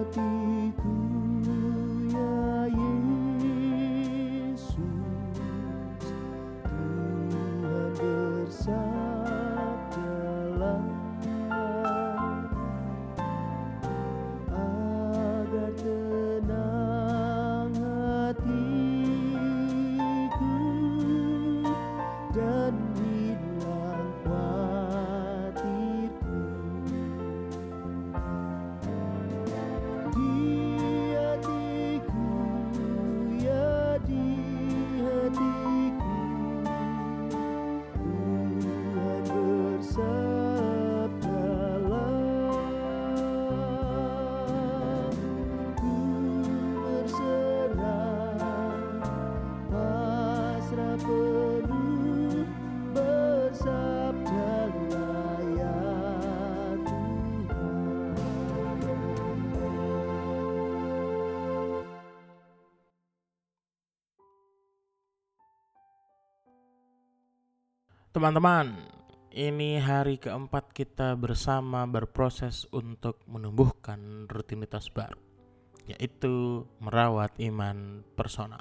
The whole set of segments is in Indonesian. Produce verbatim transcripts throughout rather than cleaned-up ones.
ya Yesus, Tuhan bersabdalah agar tenang hatiku dan hilang khawatirku. Di hatiku, ya di hatiku, Tuhan bersabdalah. Ku berserah, pasrah penuh, bersabdalah ya Teman-teman, ini hari keempat kita bersama berproses untuk menumbuhkan rutinitas baru, yaitu merawat iman personal.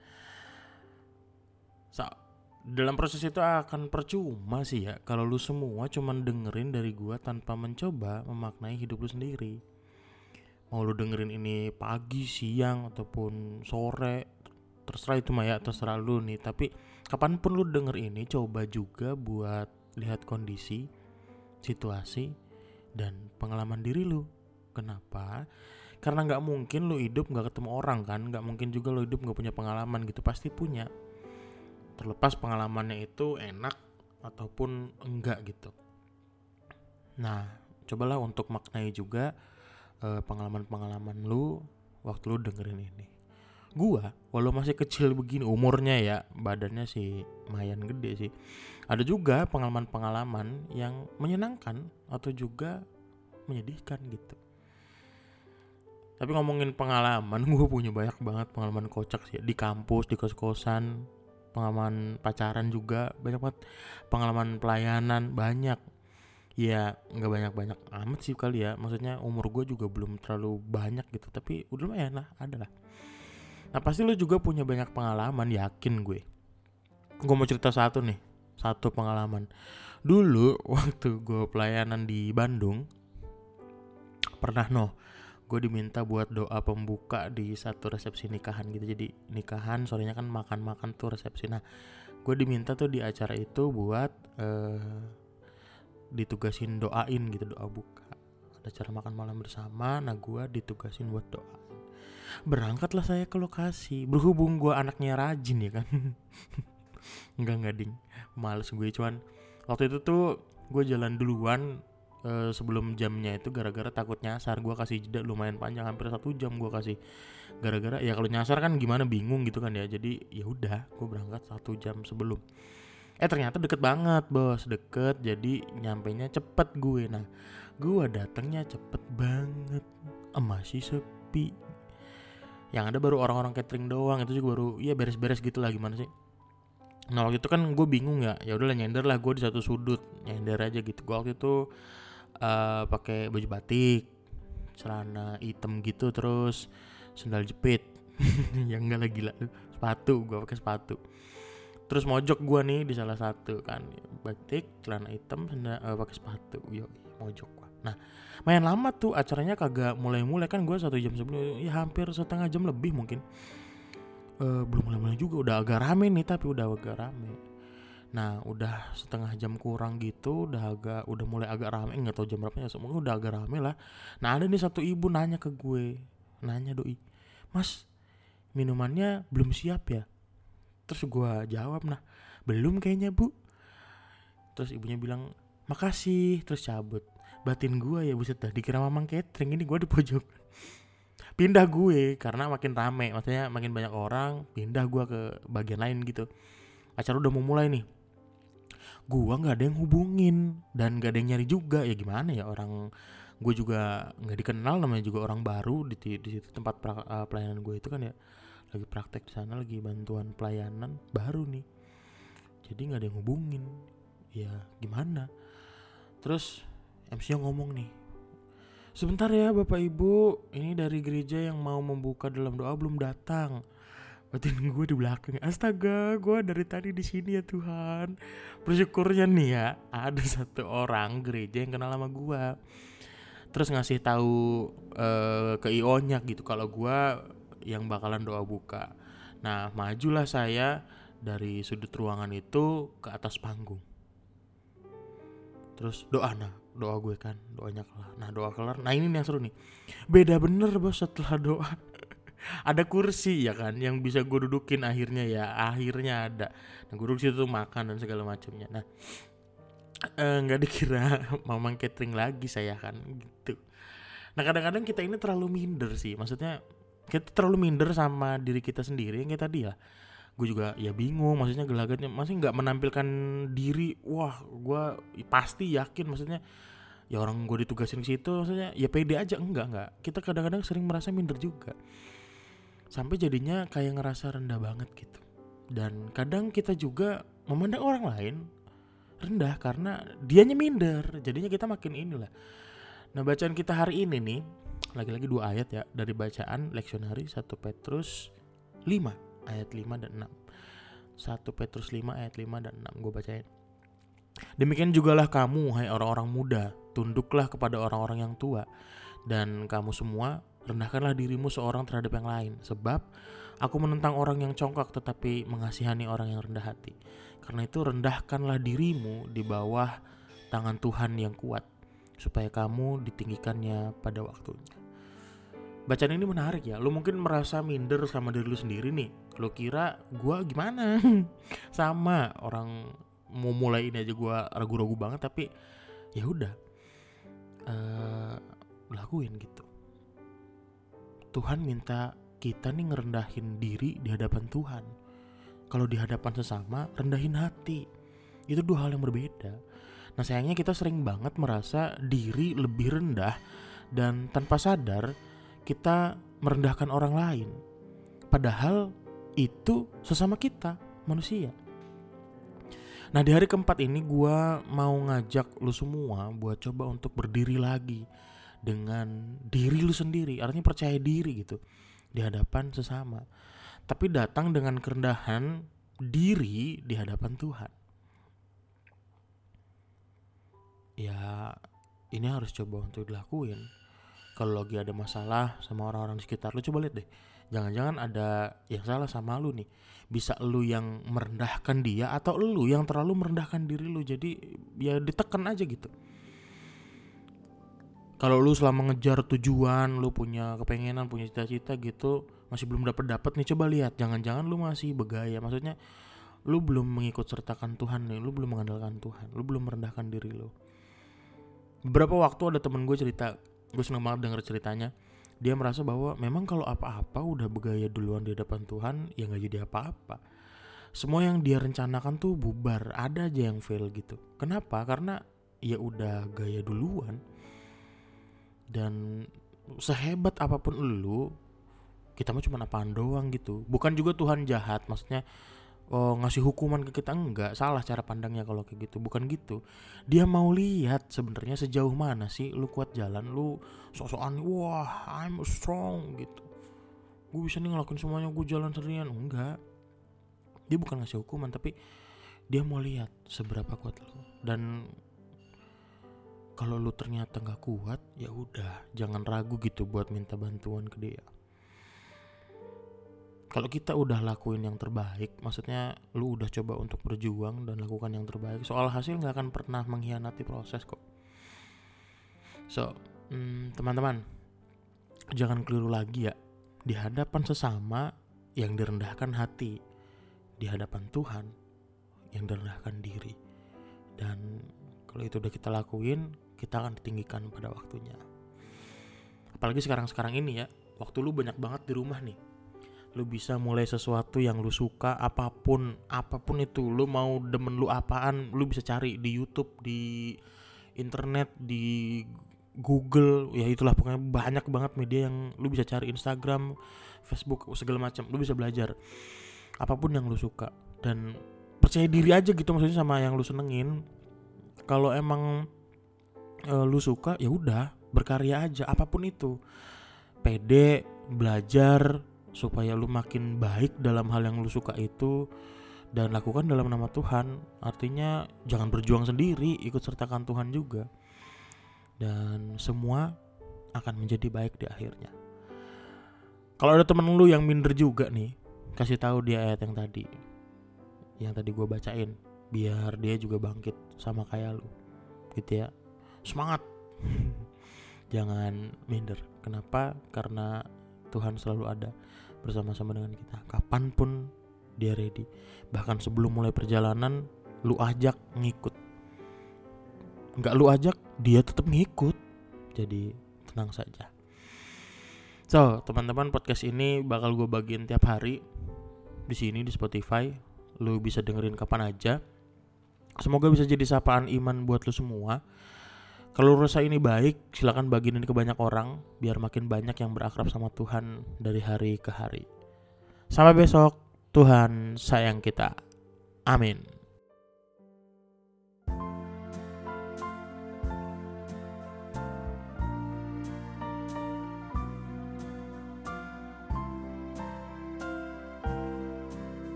So, dalam proses itu akan percuma sih ya kalau lu semua cuman dengerin dari gua tanpa mencoba memaknai hidup lu sendiri. Mau lu dengerin ini pagi, siang, ataupun sore, terserah itu mah ya, terserah lu nih. Tapi kapanpun lu denger ini, coba juga buat lihat kondisi, situasi, dan pengalaman diri lu. Kenapa? Karena gak mungkin lu hidup gak ketemu orang kan. Gak mungkin juga lu hidup gak punya pengalaman gitu. Pasti punya. Terlepas pengalamannya itu enak ataupun enggak gitu. Nah, cobalah untuk maknai juga eh, pengalaman-pengalaman lu waktu lu dengerin ini. Gua walau masih kecil begini umurnya ya, badannya sih lumayan gede sih, ada juga pengalaman-pengalaman yang menyenangkan atau juga menyedihkan gitu. Tapi ngomongin pengalaman, gue punya banyak banget pengalaman kocak sih, di kampus, di kos-kosan, pengalaman pacaran juga banyak banget, pengalaman pelayanan banyak. Ya nggak banyak-banyak amat sih kali ya, maksudnya umur gue juga belum terlalu banyak gitu, tapi udah lumayan lah, ada lah. Nah pasti lu juga punya banyak pengalaman, yakin gue. Gue mau cerita satu nih, satu pengalaman. Dulu waktu gue pelayanan di Bandung, pernah noh, gue diminta buat doa pembuka di satu resepsi nikahan gitu. Jadi nikahan, sorenya kan makan-makan tuh resepsi. Nah gue diminta tuh di acara itu buat uh, ditugasin doain gitu, doa buka. Ada acara makan malam bersama, nah gue ditugasin buat doa. Berangkatlah saya ke lokasi. Berhubung gue anaknya rajin ya kan. Enggak enggak ding, males gue. Cuman waktu itu tuh gue jalan duluan e, sebelum jamnya itu gara-gara takut nyasar. Gue kasih jeda lumayan panjang, hampir satu jam gue kasih. Gara-gara ya kalau nyasar kan gimana, bingung gitu kan ya. Jadi ya udah, gue berangkat satu jam sebelum. Eh ternyata deket banget bos, deket. Jadi nyampenya cepet gue. Nah gue datangnya cepet banget, eh, masih sepi. Yang ada baru orang-orang catering doang, itu juga baru ya beres-beres gitu lah, gimana sih. Nah waktu itu kan gue bingung ya, ya udahlah nyender lah gue di satu sudut, nyender aja gitu. Gue waktu itu uh, pakai baju batik, celana hitam gitu, terus sandal jepit. Yang enggak lah, gila, sepatu, gue pakai sepatu. Terus mojok gue nih di salah satu kan, batik, celana hitam, sandal, uh, pakai sepatu, yo mojok gue. Nah main lama tuh acaranya, kagak mulai-mulai kan, gue satu jam sebelum, ya hampir setengah jam lebih mungkin. Uh, belum mulai-mulai juga, udah agak rame nih, tapi udah agak rame. Nah udah setengah jam kurang gitu, udah agak, udah mulai agak rame, nggak tahu jam berapa ya, semuanya udah agak rame lah. Nah ada nih satu ibu nanya ke gue, nanya doi, mas minumannya belum siap ya? Terus gue jawab, nah belum kayaknya bu. Terus ibunya bilang makasih, terus cabut. Batin gue ya buset dah, dikira mamang catering, ini gue di pojok. Pindah gue karena makin rame, maksudnya makin banyak orang, pindah gue ke bagian lain gitu. Acara udah mau mulai nih, gue nggak ada yang hubungin dan nggak ada yang nyari juga. Ya gimana ya, orang gue juga nggak dikenal, namanya juga orang baru di di situ tempat pra, uh, pelayanan gue itu kan ya, lagi praktek di sana, lagi bantuan pelayanan baru nih. Jadi nggak ada yang hubungin, ya gimana. Terus M C-nya ngomong nih, Sebentar ya Bapak Ibu, ini dari gereja yang mau membuka dalam doa belum datang. Batin gue di belakang. Astaga, gue dari tadi di sini ya Tuhan. Bersyukurnya nih ya, ada satu orang gereja yang kenal sama gue. Terus ngasih tahu uh, ke I O-nya gitu kalau gue yang bakalan doa buka. Nah, majulah saya dari sudut ruangan itu ke atas panggung. Terus doa nah, doa gue kan, doanya kelar. Nah, doa kelar. Nah, ini nih yang seru nih. Beda bener bos setelah doa. Ada kursi ya kan yang bisa gue dudukin akhirnya ya, akhirnya ada. Nah, gue duduk situ tuh makan dan segala macamnya. Nah, nggak eh, dikira mamang catering lagi saya kan gitu. Nah, kadang-kadang kita ini terlalu minder sih. Maksudnya kita terlalu minder sama diri kita sendiri yang kayak tadi ya. Gue juga ya bingung, maksudnya gelagatnya masih nggak menampilkan diri. Wah, gue pasti yakin, maksudnya ya orang gue ditugasin ke situ, maksudnya ya pede aja. Enggak enggak. Kita kadang-kadang sering merasa minder juga, sampai jadinya kayak ngerasa rendah banget gitu. Dan kadang kita juga memandang orang lain rendah karena dianya minder, jadinya kita makin inilah. Nah, bacaan kita hari ini nih lagi-lagi dua ayat ya dari bacaan leksionari satu Petrus lima ayat lima dan enam. satu Petrus lima ayat lima dan enam gue bacain. Demikian jugalah kamu, hai orang-orang muda, tunduklah kepada orang-orang yang tua, dan kamu semua rendahkanlah dirimu seorang terhadap yang lain, sebab aku menentang orang yang congkak tetapi mengasihani orang yang rendah hati. Karena itu rendahkanlah dirimu di bawah tangan Tuhan yang kuat, supaya kamu ditinggikannya pada waktunya. Bacaan ini menarik ya. Lu mungkin merasa minder sama diri lu sendiri nih. Lu kira gua gimana? Sama orang mau mulai ini aja gua ragu-ragu banget, tapi ya udah. Uh, lakuin gitu. Tuhan minta kita nih ngerendahin diri di hadapan Tuhan. Kalau di hadapan sesama, rendahin hati. Itu dua hal yang berbeda. Nah, sayangnya kita sering banget merasa diri lebih rendah dan tanpa sadar kita merendahkan orang lain. Padahal itu sesama kita, manusia. Nah, di hari keempat ini gue mau ngajak lu semua buat coba untuk berdiri lagi dengan diri lu sendiri. Artinya percaya diri gitu di hadapan sesama. Tapi datang dengan kerendahan diri di hadapan Tuhan. Ya, ini harus coba untuk dilakuin. Kalau lagi ada masalah sama orang-orang di sekitar lu, coba lihat deh. Jangan-jangan ada yang salah sama lu nih. Bisa lu yang merendahkan dia, atau lu yang terlalu merendahkan diri lu. Jadi ya ditekan aja gitu. Kalau lu selama ngejar tujuan, lu punya kepengenan, punya cita-cita gitu, masih belum dapat-dapat nih, coba lihat. Jangan-jangan lu masih bergaya. Maksudnya lu belum mengikut sertakan Tuhan nih. Lu belum mengandalkan Tuhan. Lu belum merendahkan diri lu. Beberapa waktu ada temen gue cerita, gue seneng banget denger ceritanya. Dia merasa bahwa memang kalau apa-apa udah bergaya duluan di hadapan Tuhan, ya gak jadi apa-apa. Semua yang dia rencanakan tuh bubar, ada aja yang fail gitu. Kenapa? Karena ya udah gaya duluan. Dan sehebat apapun lu, kita mah cuma apaan doang gitu. Bukan juga Tuhan jahat, maksudnya oh, ngasih hukuman ke kita, enggak. Salah cara pandangnya kalau kayak gitu. Bukan gitu. Dia mau lihat sebenarnya sejauh mana sih lu kuat jalan. Lu sok-sokan, wah I'm strong gitu, gue bisa nih ngelakuin semuanya, gue jalan sendirian. Enggak. Dia bukan ngasih hukuman, tapi dia mau lihat seberapa kuat lu. Dan kalau lu ternyata gak kuat, ya udah, jangan ragu gitu buat minta bantuan ke dia. Kalau kita udah lakuin yang terbaik, maksudnya lu udah coba untuk berjuang dan lakukan yang terbaik, soal hasil gak akan pernah mengkhianati proses kok. So, hmm, teman-teman, jangan keliru lagi ya. Di hadapan sesama yang direndahkan hati, di hadapan Tuhan yang direndahkan diri. Dan kalau itu udah kita lakuin, kita akan ditinggikan pada waktunya. Apalagi sekarang-sekarang ini ya, waktu lu banyak banget di rumah nih. Lu bisa mulai sesuatu yang lu suka, apapun, apapun itu. Lu mau demen lu apaan, lu bisa cari di YouTube, di internet, di Google, ya itulah pokoknya banyak banget media yang lu bisa cari, Instagram, Facebook, segala macam. Lu bisa belajar apapun yang lu suka dan percaya diri aja gitu, maksudnya sama yang lu senengin. Kalau emang e, lu suka, ya udah, berkarya aja, apapun itu. Pede, belajar supaya lu makin baik dalam hal yang lu suka itu, dan lakukan dalam nama Tuhan. Artinya jangan berjuang sendiri, ikut sertakan Tuhan juga. Dan semua akan menjadi baik di akhirnya. Kalau ada temen lu yang minder juga nih, kasih tahu dia ayat yang tadi, yang tadi gue bacain, biar dia juga bangkit sama kayak lu, gitu ya. Semangat. Jangan minder. Kenapa? Karena Tuhan selalu ada bersama-sama dengan kita. Kapanpun dia ready. Bahkan sebelum mulai perjalanan, lu ajak ngikut. Enggak lu ajak, dia tetap ngikut. Jadi tenang saja. So, teman-teman, podcast ini bakal gue bagiin tiap hari di sini di Spotify. Lu bisa dengerin kapan aja. Semoga bisa jadi sapaan iman buat lu semua. Kalau lu rasa ini baik, silakan bagiin ini ke banyak orang biar makin banyak yang berakrab sama Tuhan dari hari ke hari. Sampai besok, Tuhan sayang kita. Amin.